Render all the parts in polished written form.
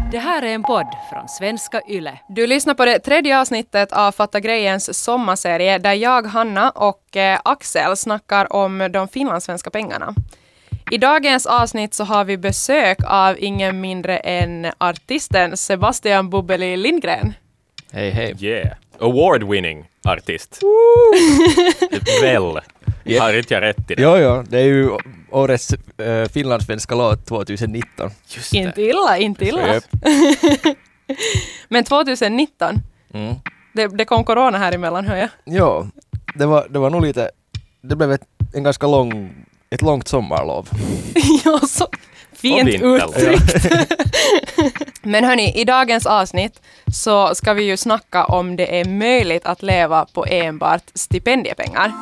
Det här är en podd från Svenska Yle. Du lyssnar på det tredje avsnittet av Fatta Grejens sommarserie där jag, Hanna och Axel snackar om de finlandssvenska pengarna. I dagens avsnitt så har vi besök av ingen mindre än artisten Sebastian Bubbeli Lindgren. Hej, hej. Yeah. Award-winning artist. Väl. Har inte jag rätt i det? Jo, det är ju årets finlandssvenska låt 2019. Just det. Inte illa. Men 2019, det kom corona här emellan, hör jag. Ja, det var nog lite, det blev ett långt sommarlov. Ja, så fint uttryckt. Men hörni, i dagens avsnitt så ska vi ju snacka om det är möjligt att leva på enbart stipendiepengar.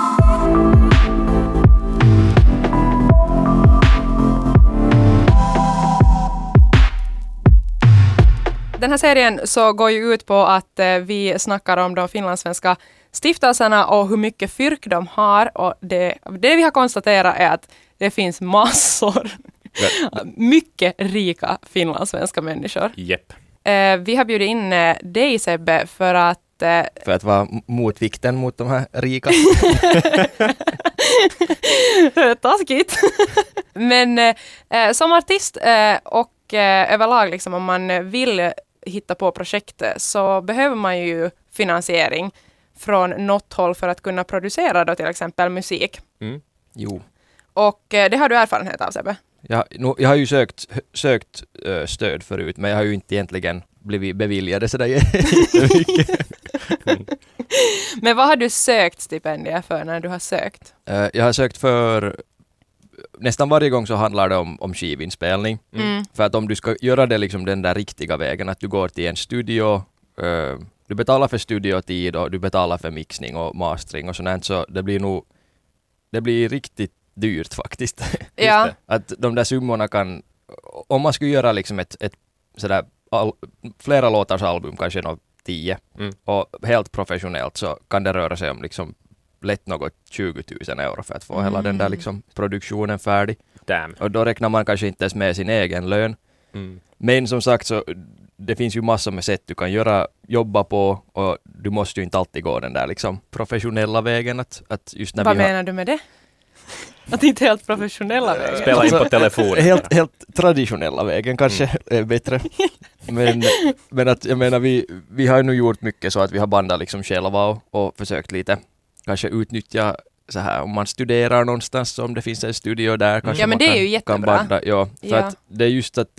Den här serien så går ju ut på att vi snackar om de finlandssvenska stiftelserna och hur mycket fyrk de har. Och det vi har konstaterat är att det finns massor, mycket rika finlandssvenska människor. Jepp. Vi har bjudit in dig, Sebbe, för att vara motvikten mot de här rika. Taskigt. Men som artist och överlag liksom, om man vill hitta på projekt så behöver man ju finansiering från något håll för att kunna producera då till exempel musik. Jo. Och det har du erfarenhet av, Sebbe? Jag har ju sökt stöd förut, men jag har ju inte egentligen blivit beviljad så där jättemycket. Men vad har du sökt stipendier för när du har sökt? Jag har sökt för nästan varje gång så handlar det om skivinspelning. För att om du ska göra det liksom den där riktiga vägen, att du går till en studio, du betalar för studiotid och du betalar för mixning och mastering och sånt, så det blir riktigt dyrt faktiskt. Ja. Att de där summorna kan, om man skulle göra liksom ett sådär flera låtars album, kanske 10 och helt professionellt, så kan det röra sig om liksom lätt något 20 000 euro för att få hela den där liksom produktionen färdig. Damn. Och då räknar man kanske inte ens med sin egen lön. Men som sagt, så det finns ju massor med sätt du kan jobba på, och du måste ju inte alltid gå den där liksom professionella vägen. Att just när vad menar du med det? Att inte helt professionella vägen? Spela in på telefonen. Helt traditionella vägen kanske är bättre. Men att jag menar, vi har nu gjort mycket så att vi har bandat liksom själva och försökt lite kanske utnyttja så här, om man studerar någonstans, så om det finns en studio där kanske men man det är ju jättebra. kan banda. För att det är just att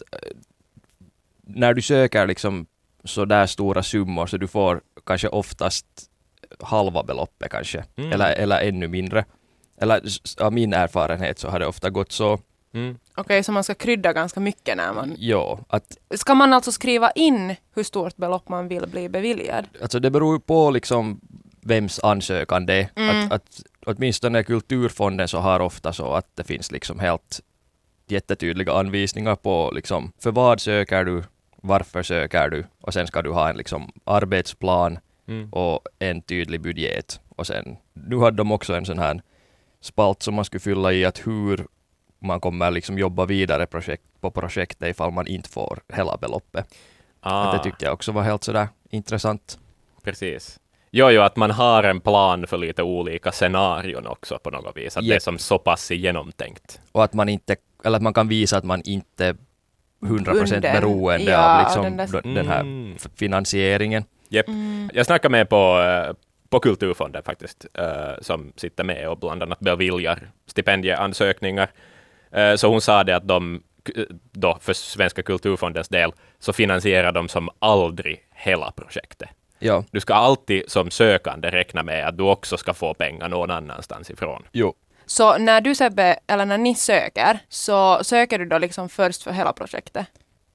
när du söker liksom så där stora summor, så du får kanske oftast halva beloppet kanske, eller ännu mindre. Eller av min erfarenhet så har det ofta gått så. Okej, så man ska krydda ganska mycket när man... Ja. Ska man alltså skriva in hur stort belopp man vill bli beviljad? Alltså det beror på liksom vems ansökan det är. Att åtminstone Kulturfonden så har ofta så att det finns liksom helt jättetydliga anvisningar på liksom, för vad söker du, varför söker du, och sen ska du ha en liksom arbetsplan och en tydlig budget. Och sen, nu hade de också en sån här spalt som man skulle fylla i att hur man kommer liksom jobba vidare på projektet ifall man inte får hela beloppet. Det tyckte jag också var helt sådär intressant. Precis. Jo, att man har en plan för lite olika scenarion också på något vis. Att det är som så pass genomtänkt. Och att man inte, eller att man kan visa att man inte 100% beroende av liksom den här finansieringen. Yep. Jag snackar med på Kulturfonden faktiskt, som sitter med och bland annat beviljar stipendieansökningar. Så hon sa det att de då för Svenska Kulturfondens del så finansierar de som aldrig hela projektet. Ja. Du ska alltid som sökande räkna med att du också ska få pengar någon annanstans ifrån. Jo. Så när du, Sebbe, eller när ni söker, så söker du då liksom först för hela projektet?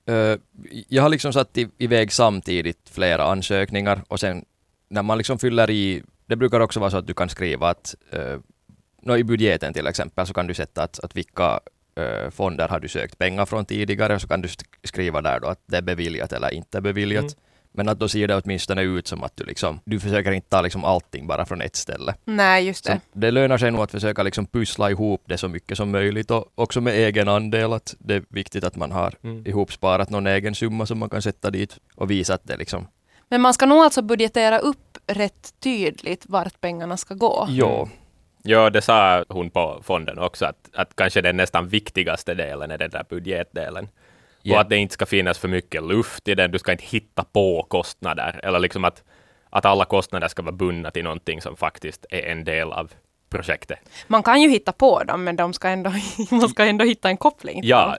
Jag har liksom satt iväg samtidigt flera ansökningar, och sen när man liksom fyller i, det brukar också vara så att du kan skriva att i budgeten till exempel så kan du sätta att vilka fonder har du sökt pengar från tidigare, och så kan du skriva där då att det är beviljat eller inte beviljat. Men att då ser det åtminstone ut som att du försöker inte ta liksom allting bara från ett ställe. Nej, just det. Så det lönar sig nog att försöka liksom pussla ihop det så mycket som möjligt och också med egen andel. Att det är viktigt att man har ihopsparat någon egen summa som man kan sätta dit och visa att det liksom... Men man ska nog alltså budgetera upp rätt tydligt vart pengarna ska gå. Ja, det sa hon på fonden också, att kanske den nästan viktigaste delen är den där budgetdelen. Yeah. Och att det inte ska finnas för mycket luft i den. Du ska inte hitta på kostnader. Eller liksom att alla kostnader ska vara bundna till någonting som faktiskt är en del av projektet. Man kan ju hitta på dem, men man ska ändå hitta en koppling. Ja,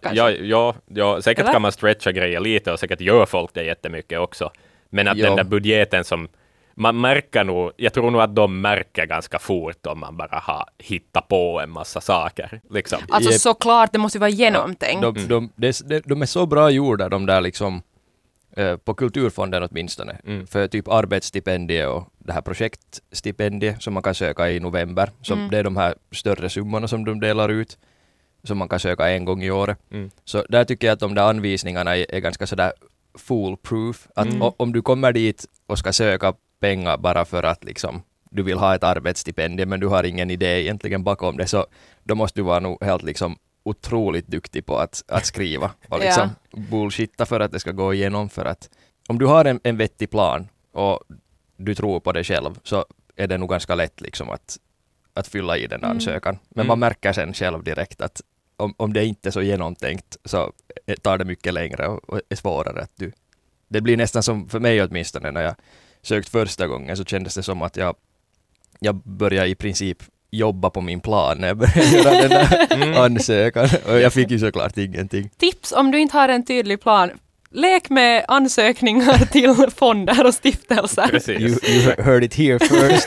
säkert eller? Kan man stretcha grejer lite och säkert gör folk det jättemycket också. Men att den där budgeten som man märker nog, jag tror nog att de märker ganska fort om man bara har hittat på en massa saker. Liksom. Alltså såklart, det måste vara genomtänkt. De är så bra gjorda, de där liksom, på Kulturfonden åtminstone. För typ arbetsstipendier och det här projektstipendier som man kan söka i november. Det är de här större summorna som de delar ut, som man kan söka en gång i året. Så där tycker jag att de där anvisningarna är ganska sådär foolproof. Att om du kommer dit och ska söka pengar bara för att liksom, du vill ha ett arbetsstipendium men du har ingen idé egentligen bakom det, så då måste du vara nog helt liksom otroligt duktig på att skriva och liksom bullshitta för att det ska gå igenom. För att om du har en vettig plan och du tror på dig själv, så är det nog ganska lätt liksom att fylla i den ansökan. Men man märker sen själv direkt att om det inte är så genomtänkt så tar det mycket längre och är svårare att det blir nästan som för mig åtminstone när jag sökt första gången, så kändes det som att jag började i princip jobba på min plan när jag började göra den där ansökan. Och jag fick ju såklart ingenting. Tips om du inte har en tydlig plan. Lek med ansökningar till fonder och stiftelser. Precis. You heard it here first.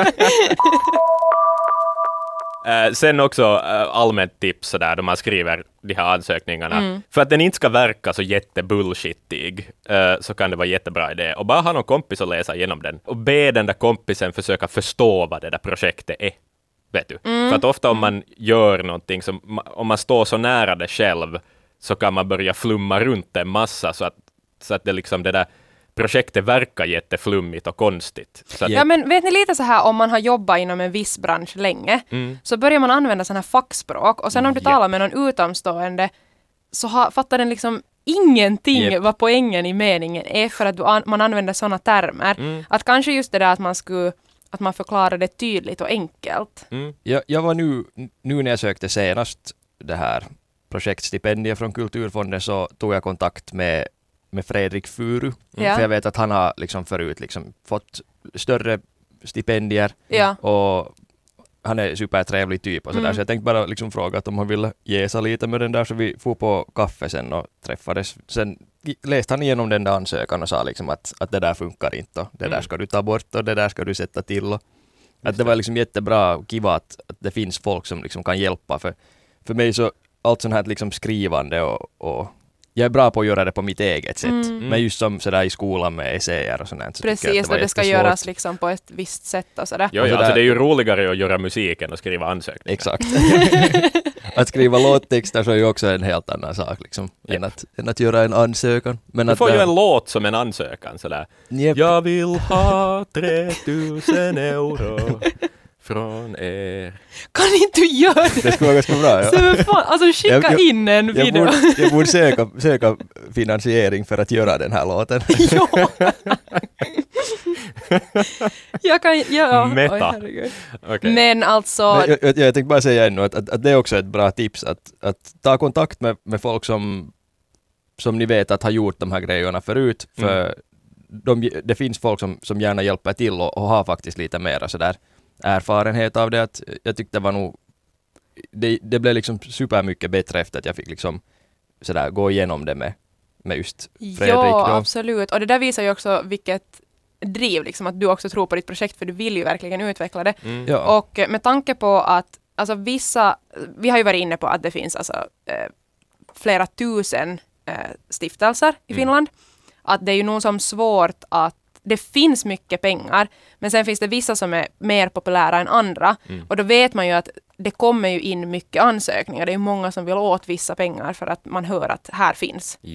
Sen också allmänt tips där, då man skriver de här ansökningarna. För att den inte ska verka så jättebullshittig, så kan det vara jättebra idé. Och bara ha någon kompis att läsa igenom den. Och be den där kompisen försöka förstå vad det där projektet är. Vet du? För att ofta om man gör någonting, om man står så nära det själv, så kan man börja flumma runt en massa så att det liksom det där projektet verkar jätteflummigt och konstigt. Så ja, men vet ni lite så här, om man har jobbat inom en viss bransch länge, så börjar man använda sådana här fackspråk, och sen om du talar med någon utomstående så fattar den liksom ingenting vad poängen i meningen är, för att man använder sådana termer. Att kanske just det där att man förklarar det tydligt och enkelt. Jag var nu när jag sökte senast det här projektstipendiet från Kulturfonden, så tog jag kontakt med Fredrik Furu. För jag vet att han har liksom förut liksom fått större stipendier och han är supertrevlig typ och sådär. Så jag tänkte bara liksom fråga att om han vill gesa lite med den där, så vi får på kaffe sen och träffades. Sen läste han igenom den där ansökan och sa liksom att det där funkar inte och det där ska du ta bort och det där ska du sätta till. Och att det var liksom jättebra kiva att det finns folk som liksom kan hjälpa. För mig så allt sånt här liksom skrivande och jag är bra på att göra det på mitt eget sätt. Men just som sådär i skolan med essäer och sånt. Precis, och det ska göras liksom på ett visst sätt och sådär. Ja, alltså det är ju roligare att göra musik än att skriva ansökningar. Exakt. Att skriva låttexter så är ju också en helt annan sak liksom, än att göra en ansökan. Men du får ju en låt som en ansökan sådär. Yep. Jag vill ha 3000 euro från er. Kan inte du göra det? Det skulle vara ganska bra, ja. Alltså skicka in en video. Jag borde söka finansiering för att göra den här låten. Ja. Jag kan, Meta. Oj, herregud. Okay. Men alltså... Jag tänkte bara säga ännu att det är också ett bra tips att ta kontakt med folk som ni vet att har gjort de här grejerna förut. För det finns folk som gärna hjälper till och har faktiskt lite mer sådär erfarenhet av det. Att jag tyckte det var nog det blev liksom supermycket bättre efter att jag fick liksom sådär gå igenom det med just Fredrik. Ja, absolut. Och det där visar ju också vilket driv, liksom, att du också tror på ditt projekt, för du vill ju verkligen utveckla det. Ja. Och med tanke på att alltså vi har ju varit inne på att det finns alltså flera tusen stiftelser i Finland. Att det är ju nog som svårt att det finns mycket pengar, men sen finns det vissa som är mer populära än andra. Och då vet man ju att det kommer ju in mycket ansökningar. Det är ju många som vill åt vissa pengar för att man hör att här finns. Yep.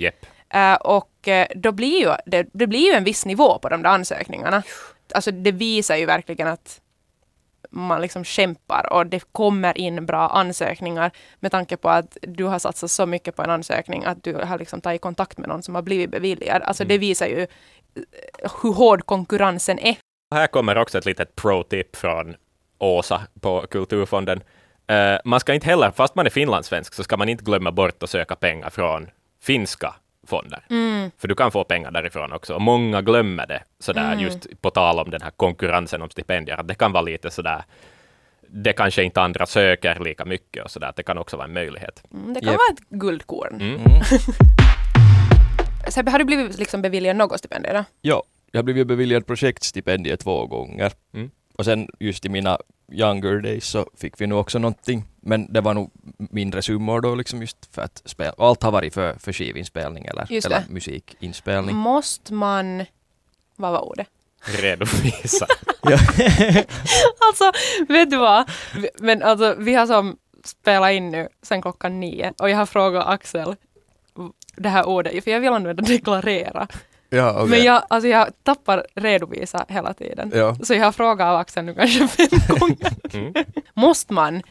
Och då blir ju det blir ju en viss nivå på de där ansökningarna. Alltså det visar ju verkligen att man liksom kämpar och det kommer in bra ansökningar med tanke på att du har satsat så mycket på en ansökning att du har liksom tagit kontakt med någon som har blivit beviljad. Alltså det visar ju hur hård konkurrensen är. Här kommer också ett litet pro-tip från Åsa på Kulturfonden. Man ska inte heller, fast man är finlandssvensk, så ska man inte glömma bort att söka pengar från finska fonder. För du kan få pengar därifrån också. Och många glömmer det sådär, just på tal om den här konkurrensen om stipendier. Att det kan vara lite sådär, det kanske inte andra söker lika mycket och sådär. Det kan också vara en möjlighet. Det kan vara ett guldkorn. Sebbe, har du blivit liksom beviljad något stipendier då? Ja, jag har blivit beviljad projektstipendier 2 gånger. Och sen just i mina younger days så fick vi nog också någonting. Men det var nog mindre summor då liksom just för att spela. Allt har varit för skivinspelning eller musikinspelning. Måste man... Vad var ordet? Redovisa. Alltså, vet du vad? Men alltså, vi har som spelat in nu sen 9:00 och jag har frågat Axel det här ordet, för jag vill använda deklarera. Ja, okay. Men jag tappar redovisa hela tiden. Ja. Så jag har frågat av Axel nu kanske 5 gånger. Måste man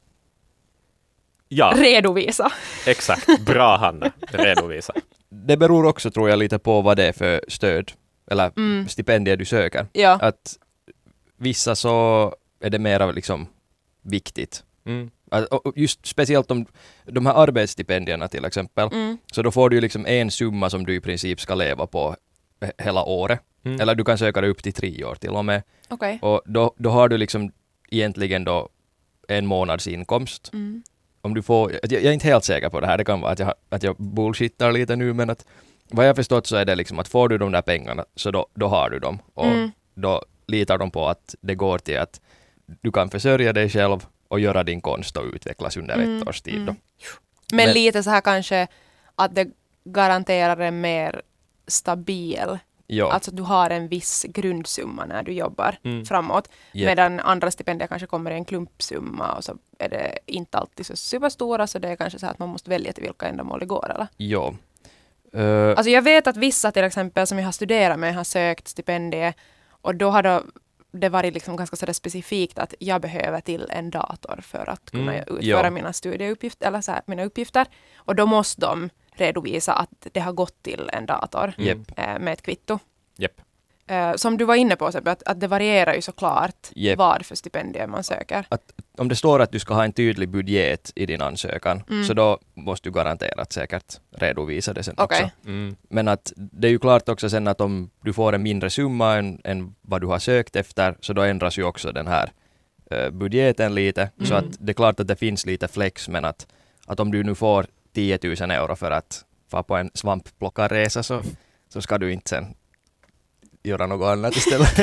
redovisa? Exakt. Bra, Hanna. Redovisa. Det beror också, tror jag, lite på vad det är för stöd eller stipendier du söker. Ja. Att vissa så är det mer liksom viktigt. Och just speciellt om de här arbetsstipendierna till exempel, så då får du liksom en summa som du i princip ska leva på hela året. Eller du kan söka det upp till 3 år till och med. Okay. Och då har du liksom egentligen då en månads inkomst. Om du får, jag är inte helt säker på det här, det kan vara att jag bullshittar lite nu, men att vad jag förstått så är det liksom att får du de där pengarna så då har du dem. Och då litar de på att det går till att du kan försörja dig själv och göra din konst och utvecklas under ett års tid. Då. Men lite så här kanske att det garanterar en mer stabil. Ja. Alltså du har en viss grundsumma när du jobbar framåt. Medan andra stipendier kanske kommer i en klumpsumma och så är det inte alltid så superstora, så det är kanske så att man måste välja till vilka ändamål det går, eller? Ja. Alltså jag vet att vissa till exempel som jag har studerat med har sökt stipendier och då har det varit liksom ganska så specifikt att jag behöver till en dator för att kunna utföra mina studieuppgifter eller så här, mina uppgifter. Och då måste de redovisa att det har gått till en dator med ett kvitto. Som du var inne på, Sebbe, att det varierar ju såklart vad för stipendier man söker. Att om det står att du ska ha en tydlig budget i din ansökan, så då måste du garanterat säkert redovisa det sen också. Men att det är ju klart också sen att om du får en mindre summa än vad du har sökt efter, så då ändras ju också den här budgeten lite. Så att det är klart att det finns lite flex, men att om du nu får 10 000 euro för att få på en svampplockarresa så ska du inte sen göra något annat istället.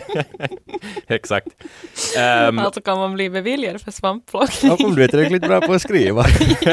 Exakt. Alltså kan man bli beviljad för svampplockning. Om du är tillräckligt bra på att skriva.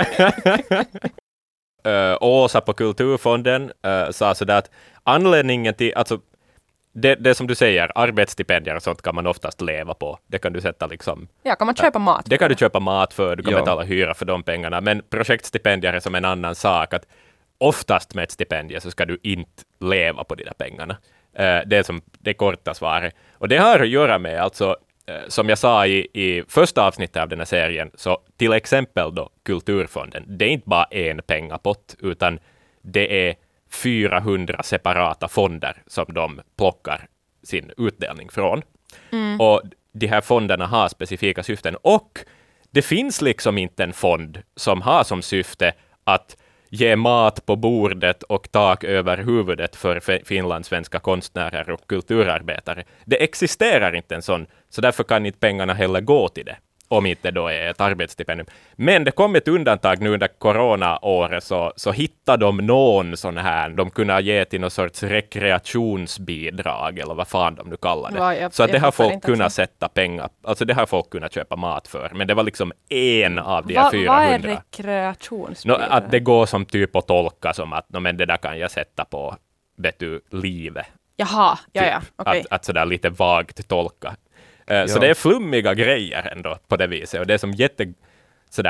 Åsa på Kulturfonden sa sådär att anledningen till, alltså det som du säger, arbetsstipendier och sånt kan man oftast leva på. Det kan du sätta liksom... Ja, kan man köpa mat för? Det kan du köpa mat för, du kan betala hyra för de pengarna. Men projektstipendier är som en annan sak. Att oftast med ett stipendium så ska du inte leva på de där pengarna. Det är som det korta svaret. Och det har att göra med, alltså, som jag sa i första avsnittet av den här serien, så till exempel då Kulturfonden, det är inte bara en pengapott, utan det är 400 separata fonder som de plockar sin utdelning från. Och de här fonderna har specifika syften. Och det finns liksom inte en fond som har som syfte att ge mat på bordet och tak över huvudet för finlandssvenska konstnärer och kulturarbetare. Det existerar inte en sån, så därför kan inte pengarna heller gå till det, om inte då är ett arbetsstipendium. Men det kom ett undantag nu under coronaåret, så hittade de någon sån här, de kunde ge till någon sorts rekreationsbidrag, eller vad fan de nu kallar det. Så att det har folk kunnat sätta pengar, alltså det har folk kunnat köpa mat för, men det var liksom en av de här 400. Vad är rekreationsbidrag? Att det går som typ att tolka som att men det där kan jag sätta på, vet du, livet. Jaha, ja, okej. Att sådär lite vagt tolka. Så det är flummiga grejer ändå på det viset. Och det är som sådär,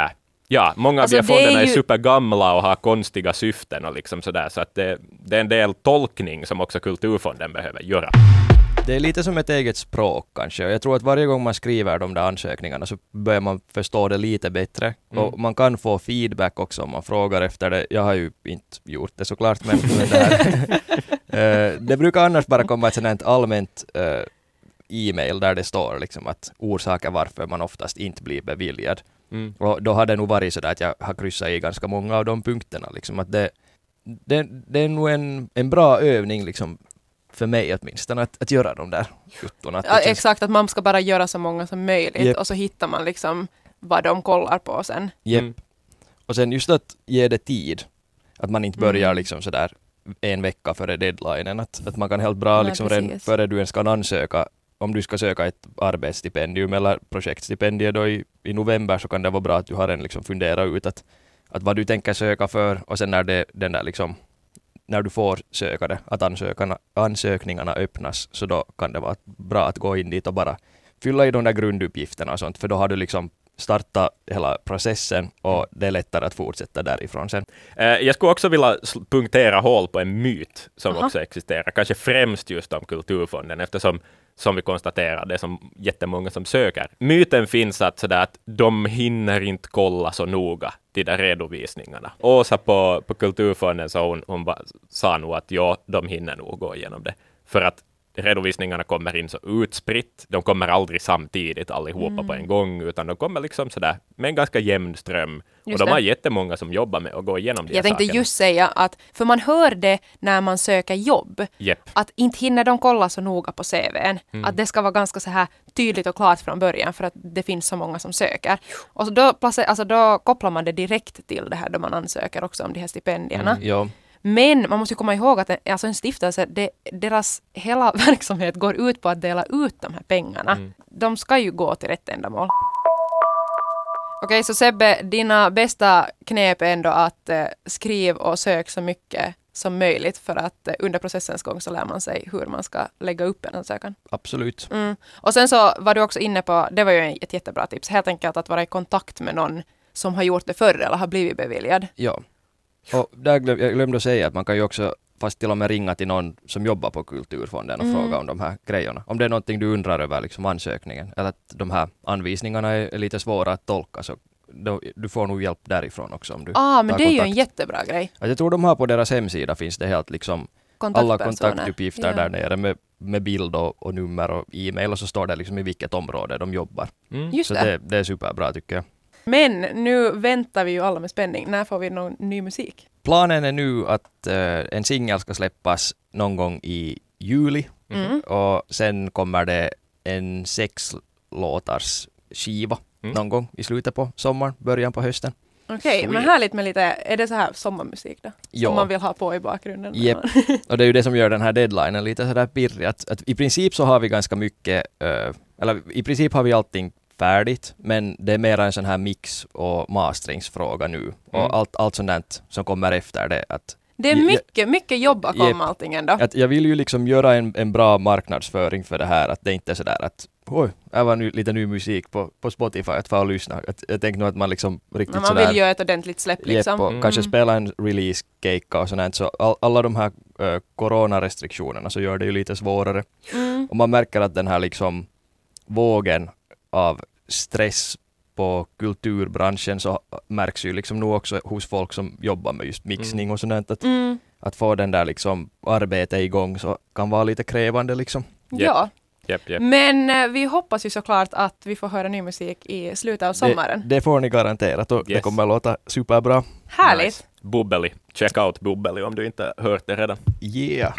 Ja, många av Alltså, de här fonderna är ju... supergamla och har konstiga syften och liksom sådär, så att det är en del tolkning som också Kulturfonden behöver göra. Det är lite som ett eget språk kanske. Och jag tror att varje gång man skriver de där ansökningarna så börjar man förstå det lite bättre. Och man kan få feedback också om man frågar efter det. Jag har ju inte gjort det såklart, men det här. Det brukar annars bara komma ett sådant allmänt e-mail där det står liksom att orsaker varför man oftast inte blir beviljad. Och då har det nog varit så där att jag har kryssat i ganska många av de punkterna. Liksom att det är nog en bra övning liksom, för mig åtminstone att göra de där juttorna. Ja, exakt, att man ska bara göra så många som möjligt. Yep. Och så hittar man liksom vad de kollar på sen. Och sen just att ge det tid. Att man inte börjar liksom sådär en vecka före deadlinen. Att man kan helt bra liksom redan före du ens kan ansöka. Om du ska söka ett arbetsstipendium eller projektstipendium då i november, så kan det vara bra att du har en liksom fundera ut att vad du tänker söka för, och sen när du får söka det, att ansökningarna öppnas, så då kan det vara bra att gå in dit och bara fylla i de där grunduppgifterna och sånt, för då har du liksom startat hela processen och det är lättare att fortsätta därifrån sen. Jag skulle också vilja punktera hål på en myt som också existerar, kanske främst just om Kulturfonden, eftersom som vi konstaterar, det är som jättemånga som söker. Myten finns att de hinner inte kolla så noga de där redovisningarna. Åsa på Kulturfonden, så hon sa nog att ja, de hinner nog gå igenom det. För att redovisningarna kommer in så utspritt. De kommer aldrig samtidigt allihopa på en gång, utan de kommer liksom sådär med en ganska jämn ström. Just och de har det. jättemånga som jobbar med att gå igenom de här Jag tänkte sakerna. just säga att, för man hör det när man söker jobb, Yep. att inte hinner de kolla så noga på CV:n. Att det ska vara ganska så här tydligt och klart från början, för att det finns så många som söker. Och så då kopplar man det direkt till det här då man ansöker också om de här stipendierna. Ja. Men man måste komma ihåg att en stiftelse, deras hela verksamhet går ut på att dela ut de här pengarna. De ska ju gå till rätt ändamål. Okej, så Sebbe, dina bästa knep är ändå att skriv och sök så mycket som möjligt, för att under processens gång så lär man sig hur man ska lägga upp en ansökan. Absolut. Och sen så var du också inne på, det var ju ett jättebra tips, helt enkelt att vara i kontakt med någon som har gjort det förr eller har blivit beviljad. Ja. Och jag glömde att säga att man kan ju också fast till och med ringa till någon som jobbar på Kulturfonden och fråga om de här grejerna. Om det är någonting du undrar över liksom ansökningen, eller att de här anvisningarna är lite svåra att tolka, så du får nog hjälp därifrån också om du Men tar det är ju kontakt. en jättebra grej. Att jag tror de har på deras hemsida finns det helt liksom alla kontaktuppgifter där nere med bild och nummer och e-mail, och så står det liksom i vilket område de jobbar. Just Så det. det är superbra tycker jag. Men nu väntar vi ju alla med spänning. När får vi någon ny musik? Planen är nu att en singel ska släppas någon gång i juli. Och sen kommer det en 6 låtars skiva någon gång i slutet på sommaren, början på hösten. Okej, men härligt med lite, är det så här sommarmusik då? Ja. Som man vill ha på i bakgrunden? Yep. Och det är ju det som gör den här deadlinen lite sådär pirrig. Att i princip så har vi ganska mycket, eller i princip har vi allting färdigt, men det är mer en sån här mix- och masteringsfråga nu. Och allt sånt där som kommer efter det. Det är mycket jobb bakom allting ändå. Att jag vill ju liksom göra en bra marknadsföring för det här, att det inte är sådär att oj, det var lite ny musik på Spotify att få lyssna. Jag tänkte nog att man liksom riktigt man sådär... vill göra ett ordentligt släpp liksom. Och kanske spela en release-cake och sådant, så alla de här coronarestriktionerna så gör det ju lite svårare. Och man märker att den här liksom vågen av stress på kulturbranschen så märks ju liksom nog också hos folk som jobbar med just mixning och sådant, att få den där liksom arbetet igång så kan vara lite krävande liksom. Ja. Yep. Men vi hoppas ju såklart att vi får höra ny musik i slutet av sommaren. Det får ni garanterat, och det kommer att låta superbra. Härligt! Nice. Bubbeli. Check out Bubbeli om du inte hört det redan. Yeah!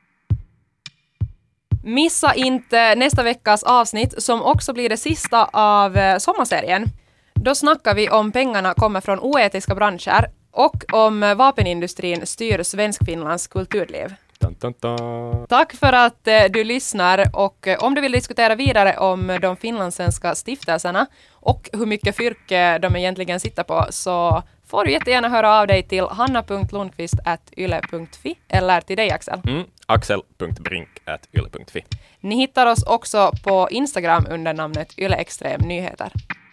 Missa inte nästa veckas avsnitt som också blir det sista av sommarserien. Då snackar vi om pengarna kommer från oetiska branscher och om vapenindustrin styr Svensk-Finlands kulturliv. Dun, dun, dun. Tack för att du lyssnar, och om du vill diskutera vidare om de finlandssvenska stiftelserna och hur mycket fyrke de egentligen sitter på, så får du jättegärna höra av dig till hanna.lundqvist@yle.fi eller till dig Axel. Axel.brink@yle.fi. Ni hittar oss också på Instagram under namnet Yle Extrem Nyheter.